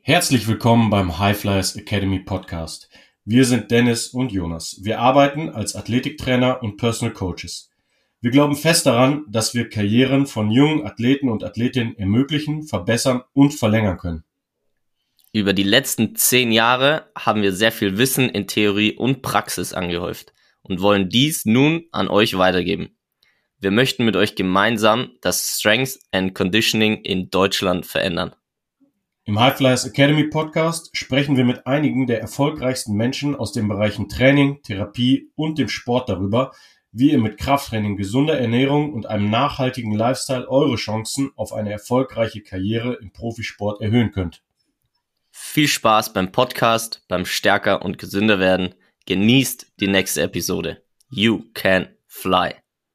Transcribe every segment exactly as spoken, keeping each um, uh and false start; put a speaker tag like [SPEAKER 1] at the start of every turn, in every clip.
[SPEAKER 1] Herzlich willkommen beim High Flyers Academy Podcast. Wir sind Dennis und Jonas. Wir arbeiten als Athletiktrainer und Personal Coaches. Wir glauben fest daran, dass wir Karrieren von jungen Athleten und Athletinnen ermöglichen, verbessern und verlängern können.
[SPEAKER 2] Über die letzten zehn Jahre haben wir sehr viel Wissen in Theorie und Praxis angehäuft und wollen dies nun an euch weitergeben. Wir möchten mit euch gemeinsam das Strength and Conditioning in Deutschland verändern.
[SPEAKER 1] Im High Flyers Academy Podcast sprechen wir mit einigen der erfolgreichsten Menschen aus den Bereichen Training, Therapie und dem Sport darüber, wie ihr mit Krafttraining, gesunder Ernährung und einem nachhaltigen Lifestyle eure Chancen auf eine erfolgreiche Karriere im Profisport erhöhen könnt.
[SPEAKER 2] Viel Spaß beim Podcast, beim Stärker und Gesünder werden. Genießt die nächste Episode. You can fly.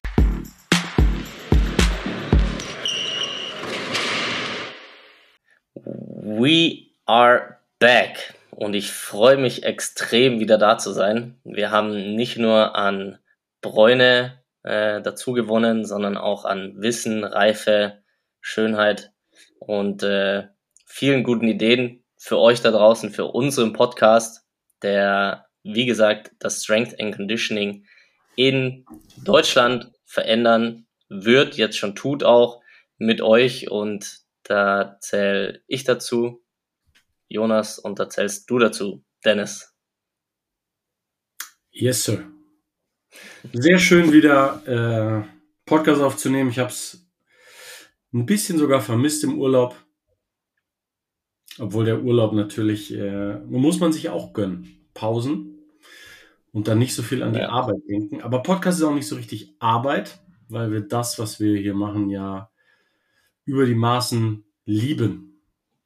[SPEAKER 2] We are back und ich freue mich extrem, wieder da zu sein. Wir haben nicht nur an Bräune äh, dazu gewonnen, sondern auch an Wissen, Reife, Schönheit und äh, vielen guten Ideen für euch da draußen, für unseren Podcast, der, wie gesagt, das Strength and Conditioning in Deutschland verändern wird, jetzt schon tut auch mit euch, und da zähle ich dazu, Jonas, und da zählst du dazu, Dennis.
[SPEAKER 1] Yes, sir. Sehr schön, wieder äh, Podcast aufzunehmen. Ich habe es ein bisschen sogar vermisst im Urlaub. Obwohl der Urlaub natürlich, äh, muss man sich auch gönnen. Pausen und dann nicht so viel an die
[SPEAKER 2] Ja.
[SPEAKER 1] Arbeit denken. Aber Podcast ist auch nicht so richtig Arbeit, weil wir das, was wir hier machen, ja über die Maßen lieben.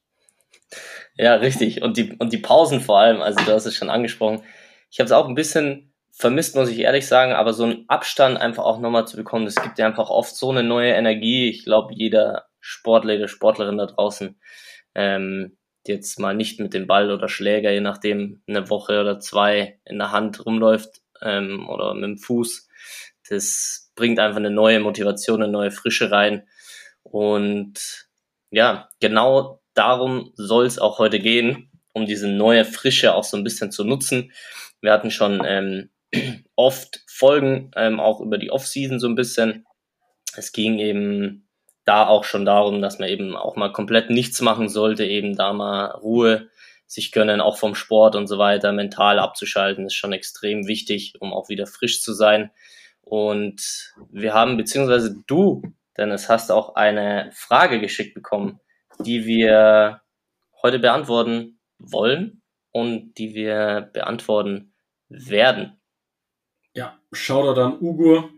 [SPEAKER 2] Ja, richtig. Und die, und die Pausen vor allem, also du hast es schon angesprochen. Ich habe es auch ein bisschen vermisst, muss ich ehrlich sagen, aber so einen Abstand einfach auch nochmal zu bekommen, das gibt ja einfach oft so eine neue Energie. Ich glaube, jeder Sportler, jede Sportlerin da draußen, ähm, die jetzt mal nicht mit dem Ball oder Schläger, je nachdem, eine Woche oder zwei in der Hand rumläuft ähm, oder mit dem Fuß, das bringt einfach eine neue Motivation, eine neue Frische rein. Und ja, genau darum soll es auch heute gehen, um diese neue Frische auch so ein bisschen zu nutzen. Wir hatten schon ähm, oft Folgen, ähm, auch über die Off-Season so ein bisschen. Es ging eben da auch schon darum, dass man eben auch mal komplett nichts machen sollte, eben da mal Ruhe sich gönnen, auch vom Sport und so weiter, mental abzuschalten, ist schon extrem wichtig, um auch wieder frisch zu sein. Und wir haben, beziehungsweise du, Dennis, hast auch eine Frage geschickt bekommen, die wir heute beantworten wollen und die wir beantworten werden.
[SPEAKER 1] Ja, Shoutout an Ugur.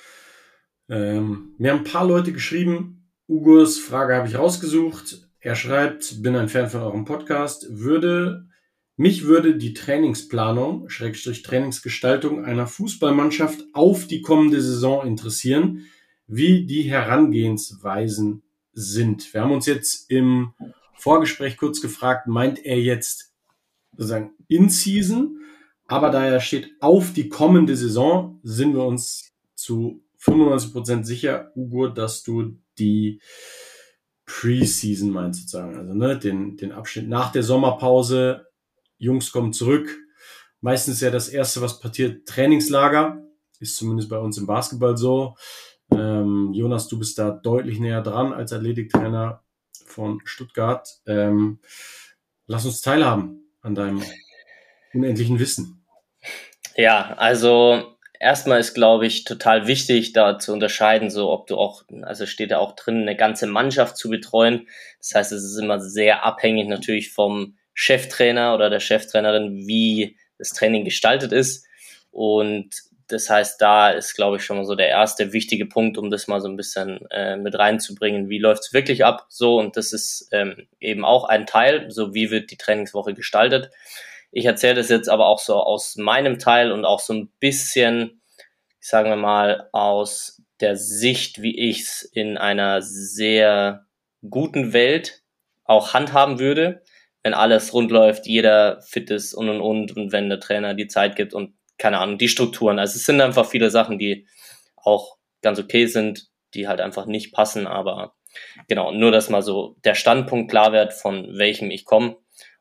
[SPEAKER 1] Ähm, mir haben ein paar Leute geschrieben. Ugurs Frage habe ich rausgesucht. Er schreibt, bin ein Fan von eurem Podcast. Würde, mich würde die Trainingsplanung, Schrägstrich Trainingsgestaltung einer Fußballmannschaft auf die kommende Saison interessieren, wie die Herangehensweisen sind. Wir haben uns jetzt im Vorgespräch kurz gefragt, meint er jetzt sozusagen in Season, aber da er steht auf die kommende Saison, sind wir uns zu fünfundneunzig Prozent sicher, Ugur, dass du die Preseason meinst sozusagen, also ne, den, den Abschnitt nach der Sommerpause, Jungs kommen zurück, meistens ja das erste, was passiert, Trainingslager, ist zumindest bei uns im Basketball so. Ähm, Jonas, du bist da deutlich näher dran als Athletiktrainer von Stuttgart. Ähm, lass uns teilhaben an deinem unendlichen Wissen.
[SPEAKER 2] Ja, also erstmal ist, glaube ich, total wichtig, da zu unterscheiden, so ob du auch, also steht da auch drin, eine ganze Mannschaft zu betreuen. Das heißt, es ist immer sehr abhängig natürlich vom Cheftrainer oder der Cheftrainerin, wie das Training gestaltet ist. Und das heißt, da ist, glaube ich, schon mal so der erste wichtige Punkt, um das mal so ein bisschen äh, mit reinzubringen. Wie läuft es wirklich ab? So, und das ist ähm, eben auch ein Teil, so wie wird die Trainingswoche gestaltet. Ich erzähle das jetzt aber auch so aus meinem Teil und auch so ein bisschen, sagen wir mal, aus der Sicht, wie ich es in einer sehr guten Welt auch handhaben würde, wenn alles rund läuft, jeder fit ist und und und und wenn der Trainer die Zeit gibt und keine Ahnung, die Strukturen. Also es sind einfach viele Sachen, die auch ganz okay sind, die halt einfach nicht passen, aber genau, nur dass mal so der Standpunkt klar wird, von welchem ich komme.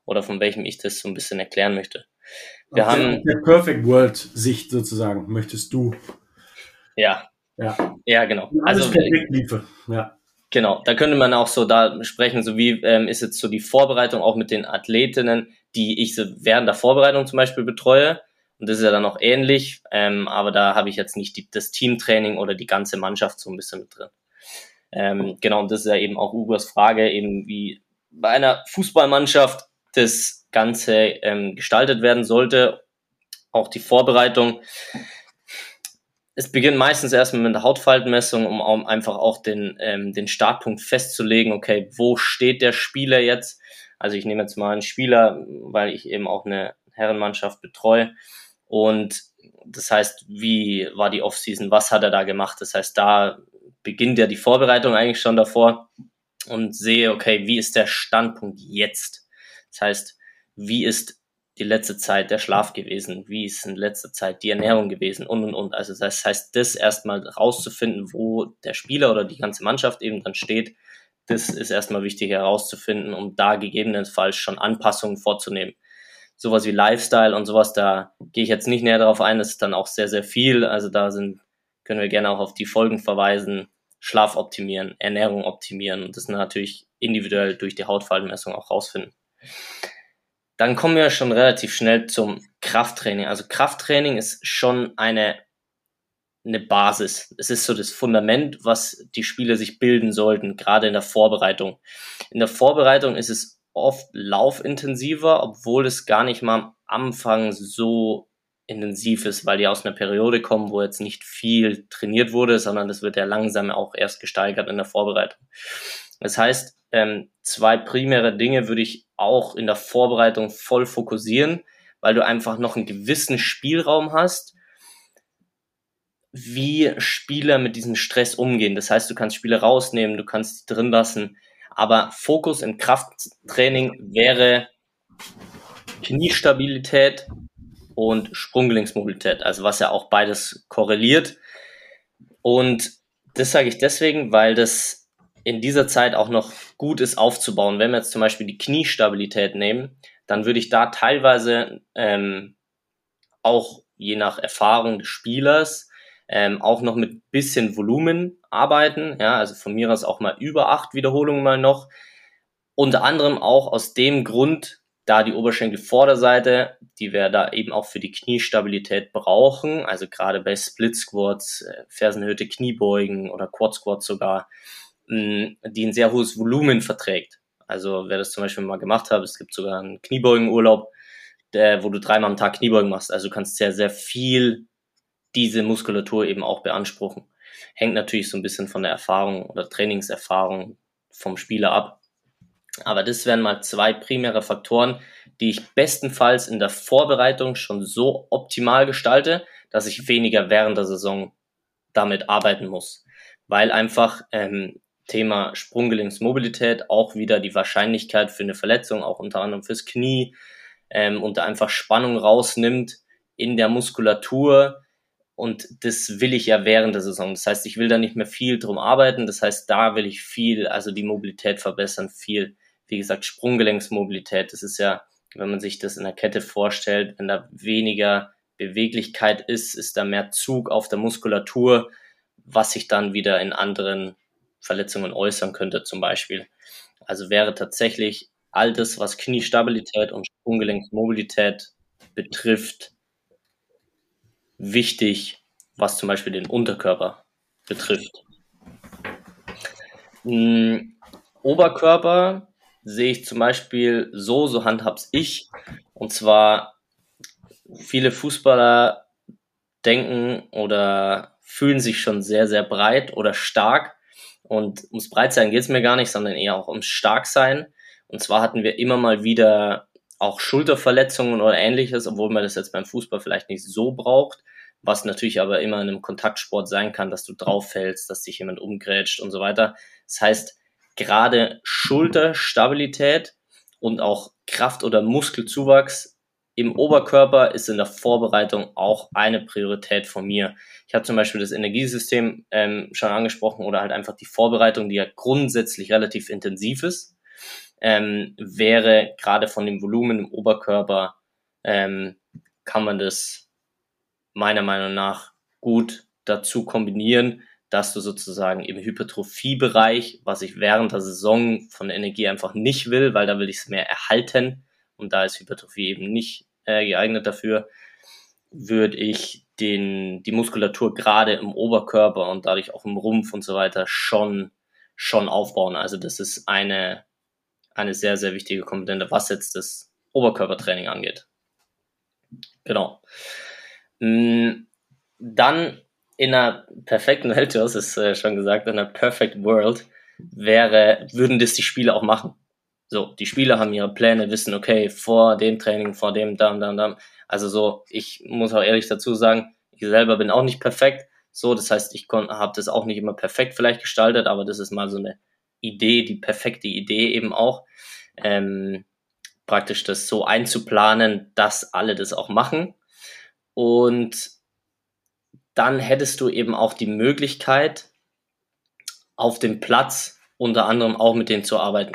[SPEAKER 2] oder von welchem ich das so ein bisschen erklären möchte. Wir
[SPEAKER 1] okay,
[SPEAKER 2] haben
[SPEAKER 1] der Perfect World Sicht sozusagen, möchtest du.
[SPEAKER 2] Ja,
[SPEAKER 1] ja,
[SPEAKER 2] ja, genau.
[SPEAKER 1] Alles
[SPEAKER 2] Also
[SPEAKER 1] perfekt liefe. Ja.
[SPEAKER 2] Genau, da könnte man auch so da sprechen, so wie ähm, ist jetzt so die Vorbereitung auch mit den Athletinnen, die ich so während der Vorbereitung zum Beispiel betreue. Und das ist ja dann auch ähnlich, ähm, aber da habe ich jetzt nicht die, das Teamtraining oder die ganze Mannschaft so ein bisschen mit drin. Ähm, genau, und das ist ja eben auch Ugos Frage, eben wie bei einer Fußballmannschaft das Ganze ähm, gestaltet werden sollte, auch die Vorbereitung. Es beginnt meistens erstmal mit der Hautfaltenmessung, um, um einfach auch den, ähm, den Startpunkt festzulegen, okay, wo steht der Spieler jetzt? Also ich nehme jetzt mal einen Spieler, weil ich eben auch eine Herrenmannschaft betreue. Und das heißt, wie war die Offseason? Was hat er da gemacht? Das heißt, da beginnt ja die Vorbereitung eigentlich schon davor und sehe, okay, wie ist der Standpunkt jetzt? Das heißt, wie ist die letzte Zeit der Schlaf gewesen, wie ist in letzter Zeit die Ernährung gewesen und und und. Also das heißt, das erstmal rauszufinden, wo der Spieler oder die ganze Mannschaft eben dann steht, das ist erstmal wichtig herauszufinden, um da gegebenenfalls schon Anpassungen vorzunehmen. Sowas wie Lifestyle und sowas, da gehe ich jetzt nicht näher darauf ein, das ist dann auch sehr, sehr viel. Also da sind, können wir gerne auch auf die Folgen verweisen, Schlaf optimieren, Ernährung optimieren und das natürlich individuell durch die Hautfaltenmessung auch rausfinden. Dann kommen wir schon relativ schnell zum Krafttraining. Also Krafttraining ist schon eine, eine Basis. Es ist so das Fundament, was die Spieler sich bilden sollten, gerade in der Vorbereitung. In der Vorbereitung ist es oft laufintensiver, obwohl es gar nicht mal am Anfang so intensiv ist, weil die aus einer Periode kommen, wo jetzt nicht viel trainiert wurde, sondern das wird ja langsam auch erst gesteigert in der Vorbereitung. Das heißt, ähm, zwei primäre Dinge würde ich auch in der Vorbereitung voll fokussieren, weil du einfach noch einen gewissen Spielraum hast, wie Spieler mit diesem Stress umgehen. Das heißt, du kannst Spieler rausnehmen, du kannst sie drin lassen, aber Fokus im Krafttraining wäre Kniestabilität und Sprunggelenksmobilität, also was ja auch beides korreliert. Und das sage ich deswegen, weil das in dieser Zeit auch noch gut ist aufzubauen. Wenn wir jetzt zum Beispiel die Kniestabilität nehmen, dann würde ich da teilweise ähm, auch je nach Erfahrung des Spielers ähm, auch noch mit bisschen Volumen arbeiten. Ja, also von mir aus auch mal über acht Wiederholungen mal noch. Unter anderem auch aus dem Grund, da die Oberschenkelvorderseite, die wir da eben auch für die Kniestabilität brauchen, also gerade bei Split Squats, Fersenerhöhte Kniebeugen oder Quad Squats sogar, die ein sehr hohes Volumen verträgt. Also wer das zum Beispiel mal gemacht hat, es gibt sogar einen Kniebeugenurlaub, der, wo du dreimal am Tag Kniebeugen machst. Also du kannst sehr, sehr viel diese Muskulatur eben auch beanspruchen. Hängt natürlich so ein bisschen von der Erfahrung oder Trainingserfahrung vom Spieler ab. Aber das wären mal zwei primäre Faktoren, die ich bestenfalls in der Vorbereitung schon so optimal gestalte, dass ich weniger während der Saison damit arbeiten muss. Weil einfach ähm, Thema Sprunggelenksmobilität auch wieder die Wahrscheinlichkeit für eine Verletzung, auch unter anderem fürs Knie, ähm, und einfach Spannung rausnimmt in der Muskulatur. Und das will ich ja während der Saison. Das heißt, ich will da nicht mehr viel drum arbeiten. Das heißt, da will ich viel, also die Mobilität verbessern, viel, wie gesagt, Sprunggelenksmobilität. Das ist ja, wenn man sich das in der Kette vorstellt, wenn da weniger Beweglichkeit ist, ist da mehr Zug auf der Muskulatur, was sich dann wieder in anderen Verletzungen äußern könnte zum Beispiel. Also wäre tatsächlich all das, was Kniestabilität und Sprunggelenksmobilität betrifft, wichtig, was zum Beispiel den Unterkörper betrifft. Hm, Oberkörper sehe ich zum Beispiel so, so handhab's ich. Und zwar, viele Fußballer denken oder fühlen sich schon sehr, sehr breit oder stark. Und ums Breitsein geht es mir gar nicht, sondern eher auch ums Starksein. Und zwar hatten wir immer mal wieder auch Schulterverletzungen oder ähnliches, obwohl man das jetzt beim Fußball vielleicht nicht so braucht, was natürlich aber immer in einem Kontaktsport sein kann, dass du drauf fällst, dass dich jemand umgrätscht und so weiter. Das heißt, gerade Schulterstabilität und auch Kraft- oder Muskelzuwachs im Oberkörper ist in der Vorbereitung auch eine Priorität von mir. Ich habe zum Beispiel das Energiesystem ähm, schon angesprochen oder halt einfach die Vorbereitung, die ja grundsätzlich relativ intensiv ist. ähm, wäre gerade von dem Volumen im Oberkörper, ähm, kann man das meiner Meinung nach gut dazu kombinieren, dass du sozusagen im Hypertrophiebereich, was ich während der Saison von der Energie einfach nicht will, weil da will ich es mehr erhalten und da ist Hypertrophie eben nicht äh, geeignet dafür, würde ich den, die Muskulatur gerade im Oberkörper und dadurch auch im Rumpf und so weiter schon, schon aufbauen. Also das ist eine, eine sehr, sehr wichtige Komponente, was jetzt das Oberkörpertraining angeht. Genau. Dann in einer perfekten Welt, du hast es äh, schon gesagt, in einer perfect world wäre, würden das die Spieler auch machen. So, die Spieler haben ihre Pläne, wissen, okay, vor dem Training, vor dem, da, da, da. Also so, ich muss auch ehrlich dazu sagen, ich selber bin auch nicht perfekt. So, das heißt, ich habe das auch nicht immer perfekt vielleicht gestaltet, aber das ist mal so eine Idee, die perfekte Idee eben auch. Ähm, praktisch das so einzuplanen, dass alle das auch machen. Und dann hättest du eben auch die Möglichkeit, auf dem Platz unter anderem auch mit denen zu arbeiten.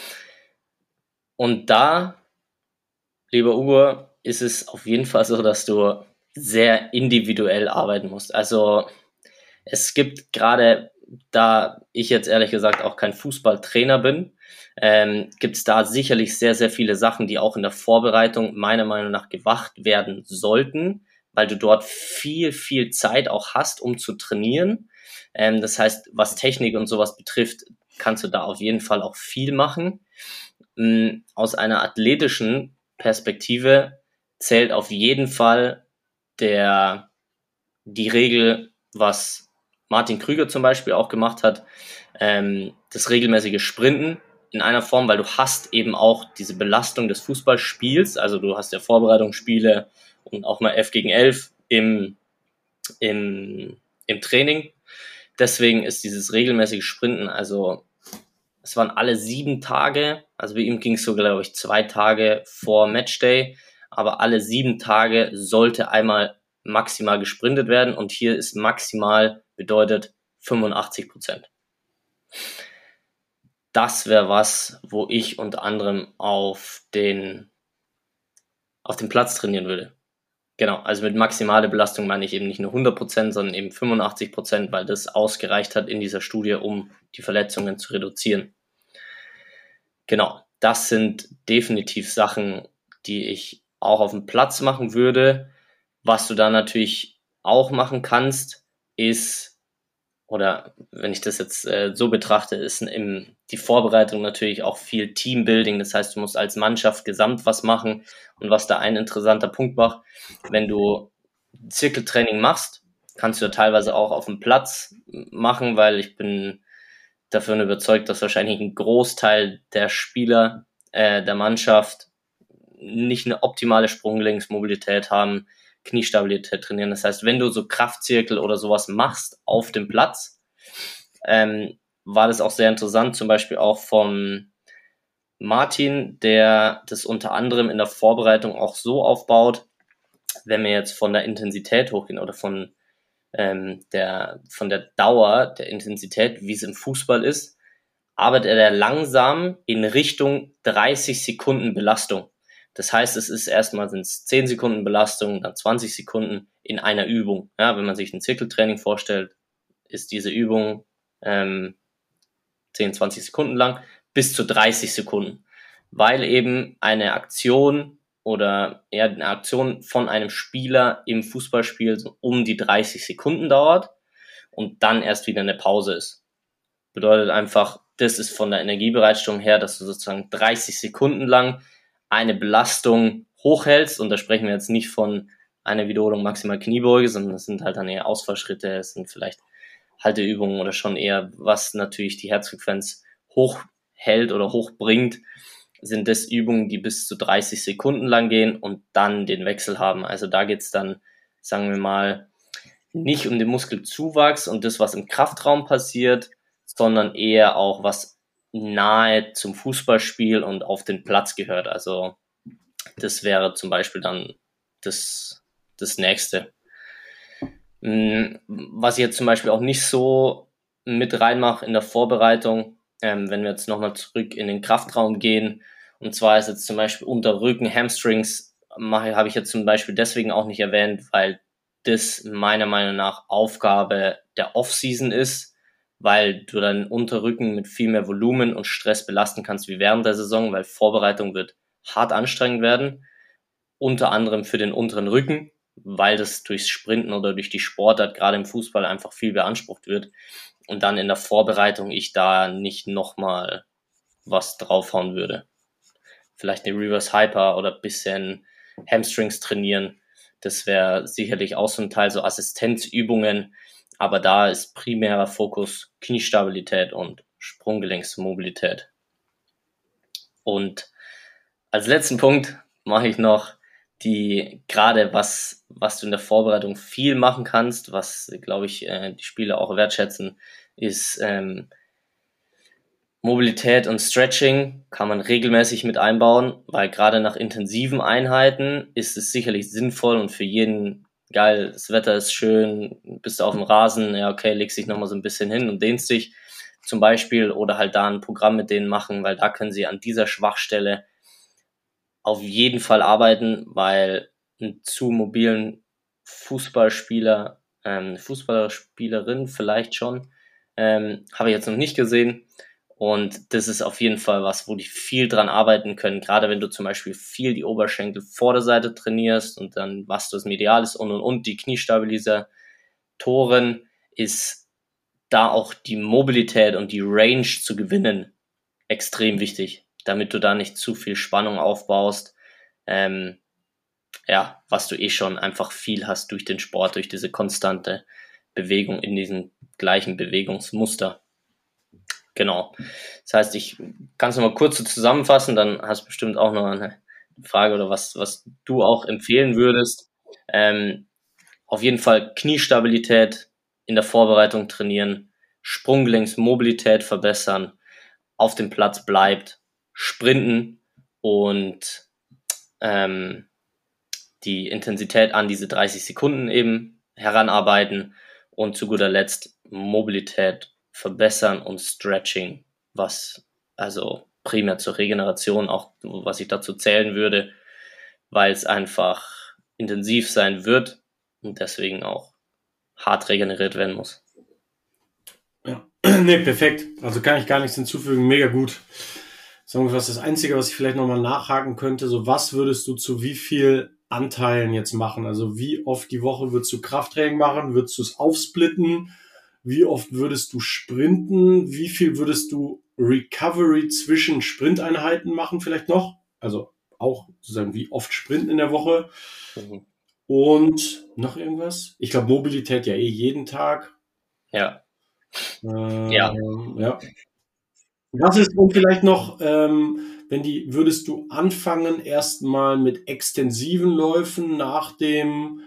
[SPEAKER 2] Und da, lieber Ugo, ist es auf jeden Fall so, dass du sehr individuell arbeiten musst. Also es gibt gerade, da ich jetzt ehrlich gesagt auch kein Fußballtrainer bin, ähm, gibt es da sicherlich sehr, sehr viele Sachen, die auch in der Vorbereitung meiner Meinung nach gewacht werden sollten, weil du dort viel, viel Zeit auch hast, um zu trainieren. Ähm, das heißt, was Technik und sowas betrifft, kannst du da auf jeden Fall auch viel machen. Ähm, aus einer athletischen Perspektive zählt auf jeden Fall der, die Regel, was Martin Krüger zum Beispiel auch gemacht hat, ähm, das regelmäßige Sprinten in einer Form, weil du hast eben auch diese Belastung des Fußballspiels, also du hast ja Vorbereitungsspiele und auch mal elf gegen elf im, im, im Training. Deswegen ist dieses regelmäßige Sprinten, also es waren alle sieben Tage, also bei ihm ging es so, glaube ich, zwei Tage vor Matchday, aber alle sieben Tage sollte einmal maximal gesprintet werden und hier ist maximal bedeutet fünfundachtzig Prozent. Das wäre was, wo ich unter anderem auf den, auf den Platz trainieren würde. Genau, also mit maximaler Belastung meine ich eben nicht nur hundert Prozent, sondern eben fünfundachtzig Prozent, weil das ausgereicht hat in dieser Studie, um die Verletzungen zu reduzieren. Genau, das sind definitiv Sachen, die ich auch auf dem Platz machen würde. Was du da natürlich auch machen kannst, ist, oder wenn ich das jetzt äh, so betrachte, ist im, die Vorbereitung natürlich auch viel Teambuilding. Das heißt, du musst als Mannschaft gesamt was machen. Und was da ein interessanter Punkt macht, wenn du Zirkeltraining machst, kannst du ja teilweise auch auf dem Platz machen, weil ich bin davon überzeugt, dass wahrscheinlich ein Großteil der Spieler äh, der Mannschaft nicht eine optimale Sprunggelenksmobilität haben, Kniestabilität trainieren. Das heißt, wenn du so Kraftzirkel oder sowas machst auf dem Platz, ähm, war das auch sehr interessant, zum Beispiel auch vom Martin, der das unter anderem in der Vorbereitung auch so aufbaut, wenn wir jetzt von der Intensität hochgehen oder von ähm, der von der Dauer der Intensität, wie es im Fußball ist, arbeitet er langsam in Richtung dreißig Sekunden Belastung. Das heißt, es ist erstmal sind es zehn Sekunden Belastung, dann zwanzig Sekunden in einer Übung. Ja, wenn man sich ein Zirkeltraining vorstellt, ist diese Übung ähm, zehn, zwanzig Sekunden lang bis zu dreißig Sekunden, weil eben eine Aktion oder eher eine Aktion von einem Spieler im Fußballspiel so um die dreißig Sekunden dauert und dann erst wieder eine Pause ist. Bedeutet einfach, das ist von der Energiebereitstellung her, dass du sozusagen dreißig Sekunden lang eine Belastung hochhältst und da sprechen wir jetzt nicht von einer Wiederholung maximal Kniebeuge, sondern das sind halt dann eher Ausfallschritte, es sind vielleicht Halteübungen oder schon eher, was natürlich die Herzfrequenz hochhält oder hochbringt, sind das Übungen, die bis zu dreißig Sekunden lang gehen und dann den Wechsel haben. Also da geht's dann, sagen wir mal, nicht um den Muskelzuwachs und das, was im Kraftraum passiert, sondern eher auch, was nahe zum Fußballspiel und auf den Platz gehört. Also das wäre zum Beispiel dann das, das Nächste. Was ich jetzt zum Beispiel auch nicht so mit reinmache in der Vorbereitung, ähm, wenn wir jetzt nochmal zurück in den Kraftraum gehen, und zwar ist jetzt zum Beispiel Unterrücken, Hamstrings, mache, habe ich jetzt zum Beispiel deswegen auch nicht erwähnt, weil das meiner Meinung nach Aufgabe der Offseason ist, weil du deinen Unterrücken mit viel mehr Volumen und Stress belasten kannst wie während der Saison, weil Vorbereitung wird hart anstrengend werden, unter anderem für den unteren Rücken, weil das durchs Sprinten oder durch die Sportart gerade im Fußball einfach viel beansprucht wird und dann in der Vorbereitung ich da nicht nochmal was draufhauen würde. Vielleicht eine Reverse Hyper oder ein bisschen Hamstrings trainieren. Das wäre sicherlich auch so ein Teil, so Assistenzübungen. Aber da ist primärer Fokus Kniestabilität und Sprunggelenksmobilität. Und als letzten Punkt mache ich noch die, gerade was, was du in der Vorbereitung viel machen kannst, was, glaube ich, die Spieler auch wertschätzen, ist ähm, Mobilität und Stretching kann man regelmäßig mit einbauen, weil gerade nach intensiven Einheiten ist es sicherlich sinnvoll und für jeden geil, das Wetter ist schön, bist du auf dem Rasen, ja okay, legst dich nochmal so ein bisschen hin und dehnst dich zum Beispiel oder halt da ein Programm mit denen machen, weil da können sie an dieser Schwachstelle auf jeden Fall arbeiten, weil einen zu mobilen Fußballspieler, ähm, Fußballspielerin vielleicht schon, ähm, habe ich jetzt noch nicht gesehen. Und das ist auf jeden Fall was, wo die viel dran arbeiten können, gerade wenn du zum Beispiel viel die Oberschenkel Vorderseite trainierst und dann Vastus medialis und und und die Kniestabilisatoren, ist da auch die Mobilität und die Range zu gewinnen extrem wichtig, damit du da nicht zu viel Spannung aufbaust, ähm, ja, was du eh schon einfach viel hast durch den Sport, durch diese konstante Bewegung in diesem gleichen Bewegungsmuster. Genau. Das heißt, ich kann es nochmal kurz so zusammenfassen, dann hast du bestimmt auch noch eine Frage oder was, was du auch empfehlen würdest. Ähm, auf jeden Fall Kniestabilität in der Vorbereitung trainieren, Sprunggelenksmobilität verbessern, auf dem Platz bleibt, sprinten und ähm, die Intensität an diese dreißig Sekunden eben heranarbeiten und zu guter Letzt Mobilität verbessern und Stretching, was also primär zur Regeneration auch, was ich dazu zählen würde, weil es einfach intensiv sein wird und deswegen auch hart regeneriert werden muss.
[SPEAKER 1] Ja, nee, perfekt. Also kann ich gar nichts hinzufügen. Mega gut. Sagen wir was, das Einzige, was ich vielleicht nochmal nachhaken könnte, so was würdest du zu wie viel Anteilen jetzt machen? Also wie oft die Woche würdest du Krafttraining machen? Würdest du es aufsplitten? Wie oft würdest du sprinten? Wie viel würdest du Recovery zwischen Sprinteinheiten machen vielleicht noch? Also auch sozusagen wie oft sprinten in der Woche? Mhm. Und noch irgendwas? Ich glaube Mobilität ja eh jeden Tag.
[SPEAKER 2] Ja.
[SPEAKER 1] Ähm, ja. ja. Was ist und vielleicht noch, ähm, wenn die, würdest du anfangen erstmal mit extensiven Läufen nach dem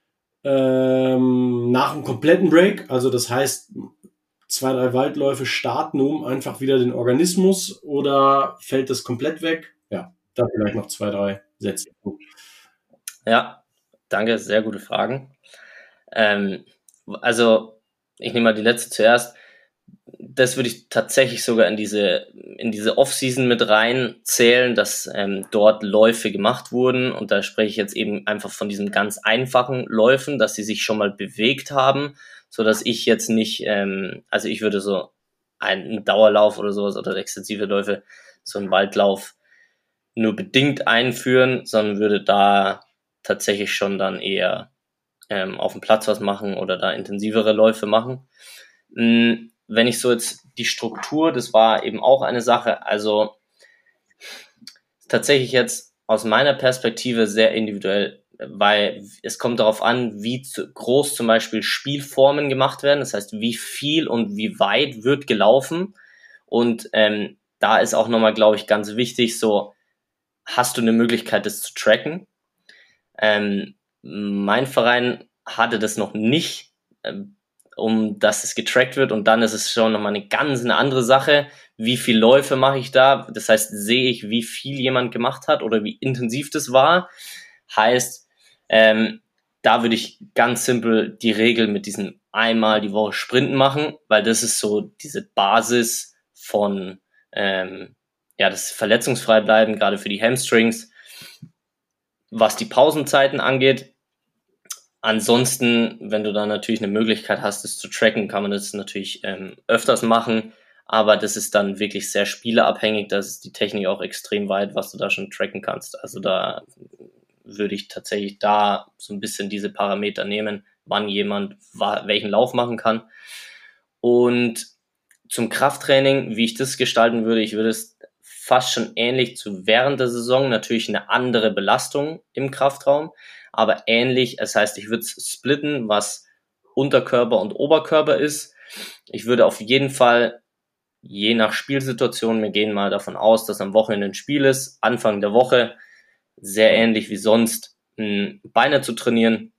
[SPEAKER 1] ähm, nach einem kompletten Break? Also das heißt, zwei, drei Waldläufe starten, um einfach wieder den Organismus, oder fällt das komplett weg? Ja, da vielleicht noch zwei, drei Sätze.
[SPEAKER 2] Ja, danke, sehr gute Fragen. Ähm, also ich nehme mal die letzte zuerst. Das würde ich tatsächlich sogar in diese in diese Off-Season mit reinzählen, dass ähm, dort Läufe gemacht wurden, und da spreche ich jetzt eben einfach von diesen ganz einfachen Läufen, dass sie sich schon mal bewegt haben, so dass ich jetzt nicht, ähm, also ich würde so einen Dauerlauf oder sowas oder extensive Läufe, so einen Waldlauf nur bedingt einführen, sondern würde da tatsächlich schon dann eher ähm, auf dem Platz was machen oder da intensivere Läufe machen. Mhm. Wenn ich so jetzt die Struktur, das war eben auch eine Sache, also tatsächlich jetzt aus meiner Perspektive sehr individuell, weil es kommt darauf an, wie zu, groß zum Beispiel Spielformen gemacht werden, das heißt, wie viel und wie weit wird gelaufen, und ähm, da ist auch nochmal, glaube ich, ganz wichtig, so, hast du eine Möglichkeit, das zu tracken? Ähm, mein Verein hatte das noch nicht, ähm, um dass es getrackt wird, und dann ist es schon nochmal eine ganz eine andere Sache, wie viele Läufe mache ich da, das heißt, sehe ich, wie viel jemand gemacht hat oder wie intensiv das war, heißt, ähm, da würde ich ganz simpel die Regel mit diesem einmal die Woche Sprinten machen, weil das ist so diese Basis von, ähm, ja, das verletzungsfrei bleiben, gerade für die Hamstrings, was die Pausenzeiten angeht. Ansonsten, wenn du dann natürlich eine Möglichkeit hast, das zu tracken, kann man das natürlich ähm, öfters machen, aber das ist dann wirklich sehr spielerabhängig, da ist die Technik auch extrem weit, was du da schon tracken kannst. Also da würde ich tatsächlich da so ein bisschen diese Parameter nehmen, wann jemand welchen Lauf machen kann. Und zum Krafttraining, wie ich das gestalten würde, ich würde es fast schon ähnlich zu während der Saison, natürlich eine andere Belastung im Kraftraum, aber ähnlich, das heißt, ich würde es splitten, was Unterkörper und Oberkörper ist. Ich würde auf jeden Fall, je nach Spielsituation, wir gehen mal davon aus, dass am Wochenende ein Spiel ist, Anfang der Woche, sehr ähnlich wie sonst, Beine zu trainieren,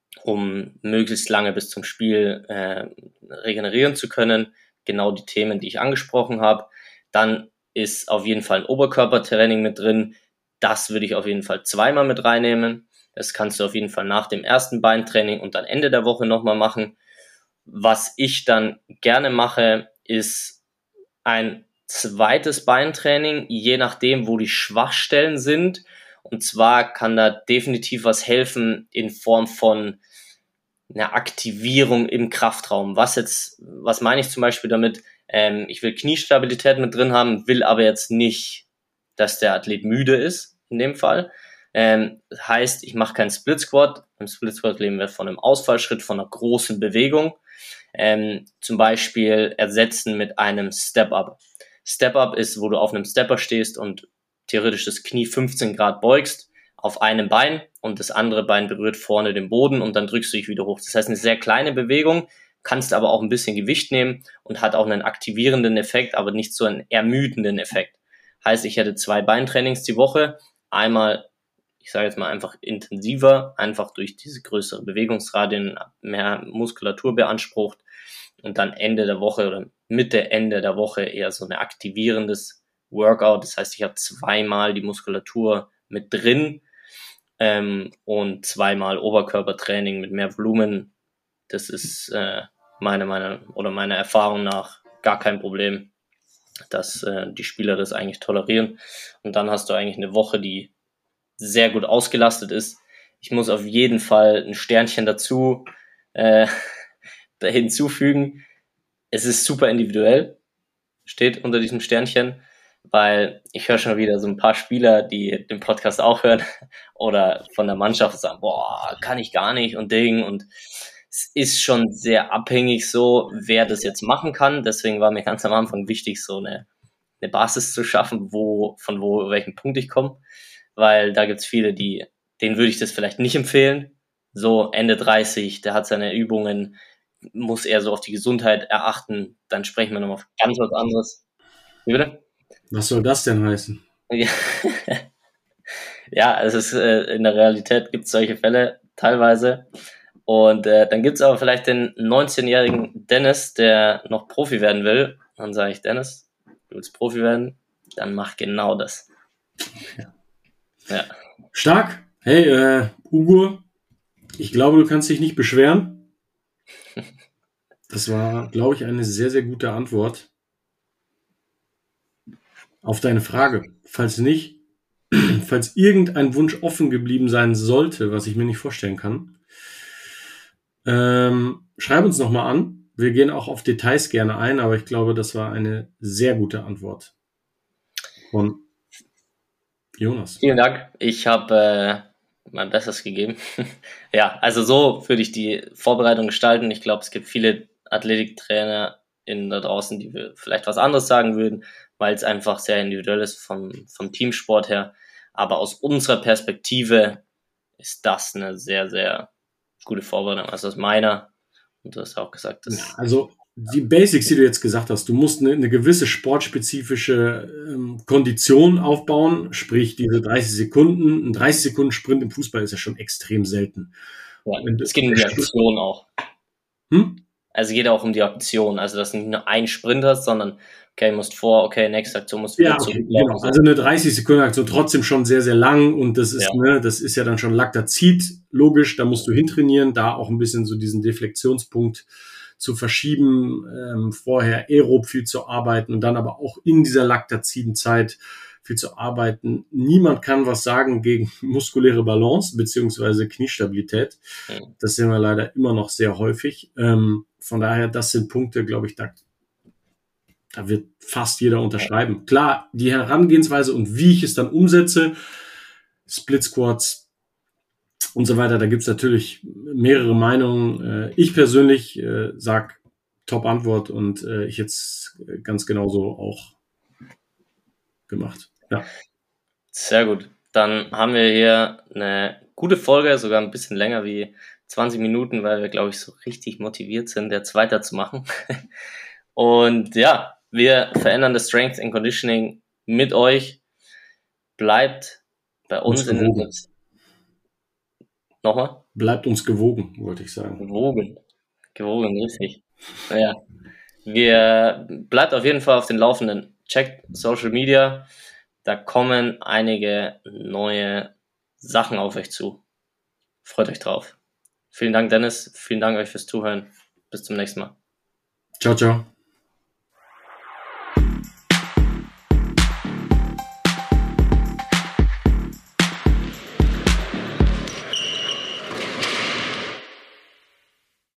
[SPEAKER 2] um möglichst lange bis zum Spiel äh, regenerieren zu können. Genau die Themen, die ich angesprochen habe. Dann ist auf jeden Fall ein Oberkörpertraining mit drin. Das würde ich auf jeden Fall zweimal mit reinnehmen. Das kannst du auf jeden Fall nach dem ersten Beintraining und dann Ende der Woche nochmal machen. Was ich dann gerne mache, ist ein zweites Beintraining, je nachdem, wo die Schwachstellen sind. Und zwar kann da definitiv was helfen in Form von einer Aktivierung im Kraftraum. Was jetzt, was meine ich zum Beispiel damit? Ähm, ich will Kniestabilität mit drin haben, will aber jetzt nicht, dass der Athlet müde ist, in dem Fall. Ähm, das heißt, ich mache keinen Split Squat. Im Split Squat leben wir von einem Ausfallschritt, von einer großen Bewegung. Ähm, zum Beispiel ersetzen mit einem Step-Up. Step-Up ist, wo du auf einem Stepper stehst und theoretisch das Knie fünfzehn Grad beugst auf einem Bein und das andere Bein berührt vorne den Boden und dann drückst du dich wieder hoch. Das heißt, eine sehr kleine Bewegung, kannst aber auch ein bisschen Gewicht nehmen und hat auch einen aktivierenden Effekt, aber nicht so einen ermüdenden Effekt. Heißt, ich hätte zwei Beintrainings die Woche, einmal, ich sage jetzt mal einfach intensiver, einfach durch diese größere Bewegungsradien mehr Muskulatur beansprucht und dann Ende der Woche oder Mitte, Ende der Woche eher so ein aktivierendes Workout. Das heißt, ich habe zweimal die Muskulatur mit drin ähm, und zweimal Oberkörpertraining mit mehr Volumen. Das ist äh, meiner Meinung oder meiner Erfahrung nach gar kein Problem, dass äh, die Spieler das eigentlich tolerieren. Und dann hast du eigentlich eine Woche, die sehr gut ausgelastet ist. Ich muss auf jeden Fall ein Sternchen dazu äh, hinzufügen. Es ist super individuell, steht unter diesem Sternchen, weil ich höre schon wieder so ein paar Spieler, die den Podcast auch hören oder von der Mannschaft sagen, boah, kann ich gar nicht und Ding, und es ist schon sehr abhängig so, wer das jetzt machen kann. Deswegen war mir ganz am Anfang wichtig, so eine, eine Basis zu schaffen, wo, von wo, welchen Punkt ich komme, weil da gibt's viele, die, denen würde ich das vielleicht nicht empfehlen. So Ende dreißig, der hat seine Übungen, muss er so auf die Gesundheit erachten, dann sprechen wir nochmal auf ganz was anderes. Wie bitte?
[SPEAKER 1] Was soll das denn heißen?
[SPEAKER 2] Ja, ja, es ist äh, in der Realität gibt es solche Fälle teilweise. Und äh, dann gibt es aber vielleicht den neunzehnjährigen Dennis, der noch Profi werden will. Dann sage ich, Dennis, du willst Profi werden? Dann mach genau das.
[SPEAKER 1] Ja.
[SPEAKER 2] Ja.
[SPEAKER 1] Stark. Hey, äh, Ugo, ich glaube, du kannst dich nicht beschweren. Das war, glaube ich, eine sehr, sehr gute Antwort auf deine Frage. Falls nicht, falls irgendein Wunsch offen geblieben sein sollte, was ich mir nicht vorstellen kann, ähm, schreib uns nochmal an. Wir gehen auch auf Details gerne ein, aber ich glaube, das war eine sehr gute Antwort von Jonas.
[SPEAKER 2] Vielen Dank. Ich habe äh, mein Bestes gegeben. Ja, also so würde ich die Vorbereitung gestalten. Ich glaube, es gibt viele Athletiktrainer in da draußen, die vielleicht was anderes sagen würden, weil es einfach sehr individuell ist vom, vom Teamsport her. Aber aus unserer Perspektive ist das eine sehr, sehr gute Vorbereitung. Also aus meiner, und du hast auch gesagt, dass...
[SPEAKER 1] Ja, also die Basics, die du jetzt gesagt hast, du musst eine, eine gewisse sportspezifische ähm, Kondition aufbauen, sprich diese dreißig Sekunden. Ein dreißig Sekunden Sprint im Fußball ist ja schon extrem selten.
[SPEAKER 2] Ja, es geht um die Aktion auch.
[SPEAKER 1] Hm?
[SPEAKER 2] Also geht auch um die Aktion, also dass du nicht nur einen Sprint hast, sondern okay, musst vor, okay, nächste Aktion musst du wieder
[SPEAKER 1] ja, okay,
[SPEAKER 2] zurücklaufen.
[SPEAKER 1] Genau. Also eine dreißig Sekunden Aktion trotzdem schon sehr, sehr lang und das ist,
[SPEAKER 2] Ja.
[SPEAKER 1] ne, das ist ja dann schon Laktazid, logisch, da musst du hintrainieren, da auch ein bisschen so diesen Deflektionspunkt zu verschieben, ähm, vorher aerob viel zu arbeiten und dann aber auch in dieser laktaziden Zeit viel zu arbeiten. Niemand kann was sagen gegen muskuläre Balance beziehungsweise Kniestabilität. Das sehen wir leider immer noch sehr häufig. Ähm, von daher, das sind Punkte, glaube ich, da, da wird fast jeder unterschreiben. Klar, die Herangehensweise und wie ich es dann umsetze, Split Squats und so weiter, da gibt es natürlich mehrere Meinungen. Ich persönlich äh, sage Top-Antwort und äh, ich jetzt ganz genauso auch gemacht. Ja.
[SPEAKER 2] Sehr gut. Dann haben wir hier eine gute Folge, sogar ein bisschen länger wie zwanzig Minuten, weil wir, glaube ich, so richtig motiviert sind, jetzt weiterzumachen. Und ja, wir verändern das Strength and Conditioning mit euch. Bleibt bei uns, uns in den Tipps. Nochmal?
[SPEAKER 1] Bleibt uns gewogen, wollte ich sagen.
[SPEAKER 2] Gewogen. Gewogen, richtig. Naja. Wir bleibt auf jeden Fall auf den Laufenden. Checkt Social Media. Da kommen einige neue Sachen auf euch zu. Freut euch drauf. Vielen Dank, Dennis. Vielen Dank euch fürs Zuhören. Bis zum nächsten Mal.
[SPEAKER 1] Ciao, ciao.